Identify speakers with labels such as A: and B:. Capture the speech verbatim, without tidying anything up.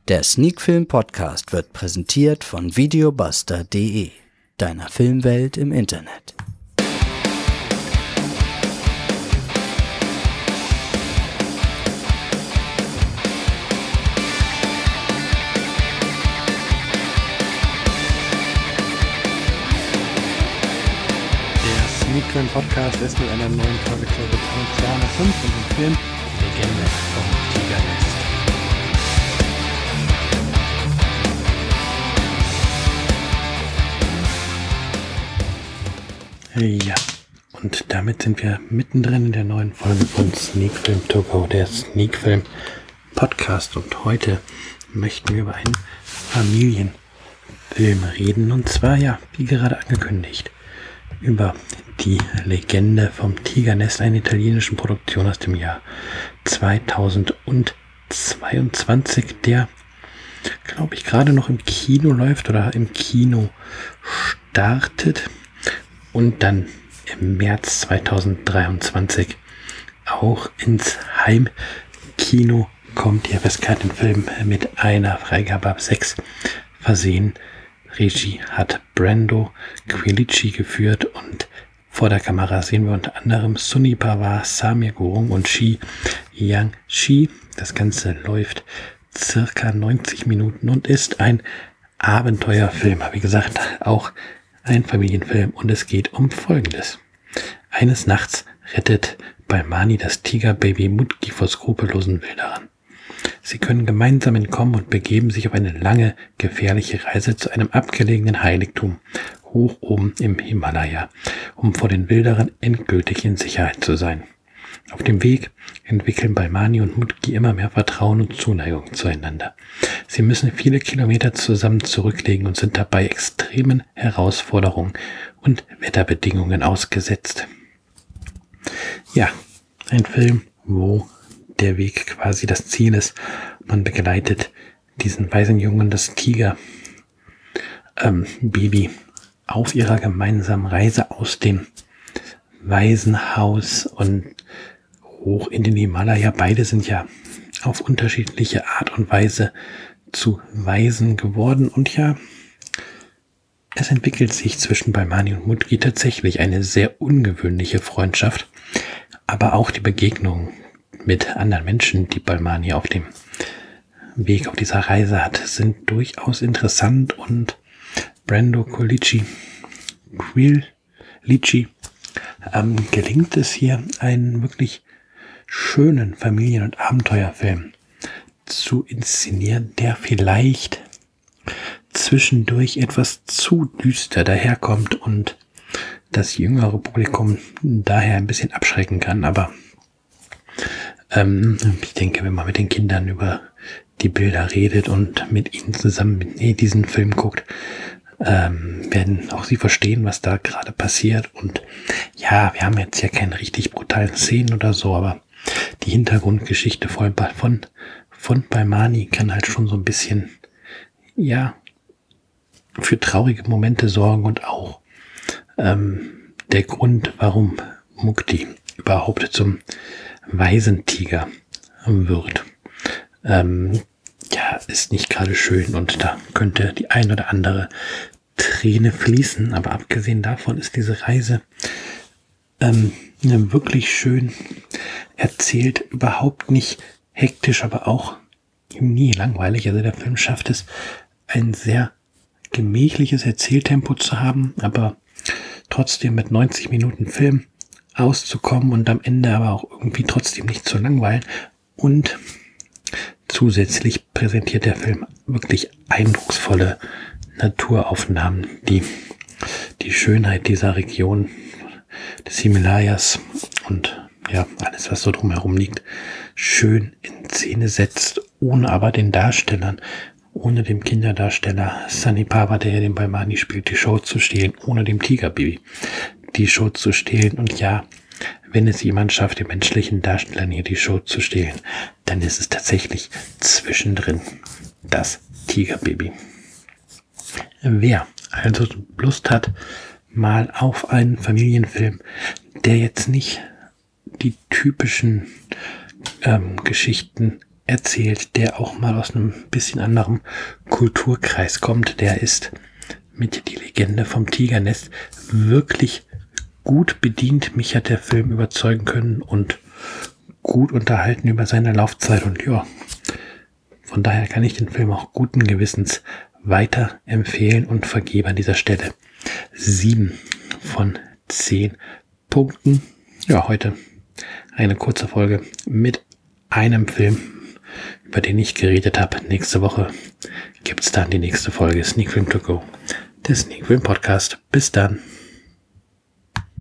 A: Der Sneakfilm Podcast wird präsentiert von videobuster punkt de, deiner Filmwelt im Internet.
B: Der Sneakfilm Podcast ist mit einer neuen Folge zur zweihundertfünf und dem Film Die Legende vom Tigernest. Ja, und damit sind wir mittendrin in der neuen Folge von Sneakfilm to go, der Sneakfilm Podcast. Und heute möchten wir über einen Familienfilm reden. Und zwar, ja, wie gerade angekündigt, über Die Legende vom Tigernest, eine italienische Produktion aus dem Jahr zweitausendzweiundzwanzig, der, glaube ich, gerade noch im Kino läuft oder im Kino startet. Und dann im März zweitausenddreiundzwanzig auch ins Heimkino kommt. Die F S K hat den Film mit einer Freigabe ab sechs versehen. Regie hat Brando Quilici geführt und vor der Kamera sehen wir unter anderem Sunny Pawar, Samir Gurung und Shi Yang-shi. Das Ganze läuft circa neunzig Minuten und ist ein Abenteuerfilm. Wie gesagt, auch ein Familienfilm, und es geht um Folgendes. Eines Nachts rettet Balmani das Tigerbaby Mutki vor skrupellosen Wilderern. Sie können gemeinsam entkommen und begeben sich auf eine lange, gefährliche Reise zu einem abgelegenen Heiligtum, hoch oben im Himalaya, um vor den Wilderern endgültig in Sicherheit zu sein. Auf dem Weg entwickeln Balmani und Mutki immer mehr Vertrauen und Zuneigung zueinander. Sie müssen viele Kilometer zusammen zurücklegen und sind dabei extremen Herausforderungen und Wetterbedingungen ausgesetzt. Ja, ein Film, wo der Weg quasi das Ziel ist. Man begleitet diesen Waisenjungen, das Tiger ähm, Baby, auf ihrer gemeinsamen Reise aus dem Waisenhaus und hoch in den Himalaya. Beide sind ja auf unterschiedliche Art und Weise zu Waisen geworden. Und ja, es entwickelt sich zwischen Balmani und Mutki tatsächlich eine sehr ungewöhnliche Freundschaft. Aber auch die Begegnungen mit anderen Menschen, die Balmani auf dem Weg auf dieser Reise hat, sind durchaus interessant. Und Brando Quilici, Quilici ähm, gelingt es hier, einen wirklich schönen Familien- und Abenteuerfilm zu inszenieren, der vielleicht zwischendurch etwas zu düster daherkommt und das jüngere Publikum daher ein bisschen abschrecken kann. Aber ähm, ich denke, wenn man mit den Kindern über die Bilder redet und mit ihnen zusammen mit diesen Film guckt, ähm, werden auch sie verstehen, was da gerade passiert. Und ja, wir haben jetzt ja keine richtig brutalen Szenen oder so, aber die Hintergrundgeschichte von, von, von Balmani kann halt schon so ein bisschen, ja, für traurige Momente sorgen und auch ähm, der Grund, warum Mutki überhaupt zum Waisentiger wird, ähm, ja, ist nicht gerade schön, und da könnte die ein oder andere Träne fließen. Aber abgesehen davon ist diese Reise ähm, wirklich schön erzählt, überhaupt nicht hektisch, aber auch nie langweilig. Also der Film schafft es, ein sehr gemächliches Erzähltempo zu haben, aber trotzdem mit neunzig Minuten Film auszukommen und am Ende aber auch irgendwie trotzdem nicht zu langweilen. Und zusätzlich präsentiert der Film wirklich eindrucksvolle Naturaufnahmen, die die Schönheit dieser Region des Himalayas und ja, alles, was so drumherum liegt, schön in Szene setzt, ohne aber den Darstellern, ohne dem Kinderdarsteller Sunny Pawar, der ja den Balmani spielt, die Show zu stehlen, ohne dem Tigerbaby die Show zu stehlen. Und ja, wenn es jemand schafft, den menschlichen Darstellern hier die Show zu stehlen, dann ist es tatsächlich zwischendrin das Tigerbaby. Wer also Lust hat, mal auf einen Familienfilm, der jetzt nicht die typischen ähm, Geschichten erzählt, der auch mal aus einem bisschen anderen Kulturkreis kommt. Der ist mit Die Legende vom Tigernest wirklich gut bedient. Mich hat der Film überzeugen können und gut unterhalten über seine Laufzeit. Und ja, von daher kann ich den Film auch guten Gewissens weiterempfehlen und vergebe an dieser Stelle sieben von zehn Punkten. Ja, heute eine kurze Folge mit einem Film, über den ich geredet habe. Nächste Woche gibt's dann die nächste Folge Sneak Film to Go, der Sneak Film Podcast. Bis dann.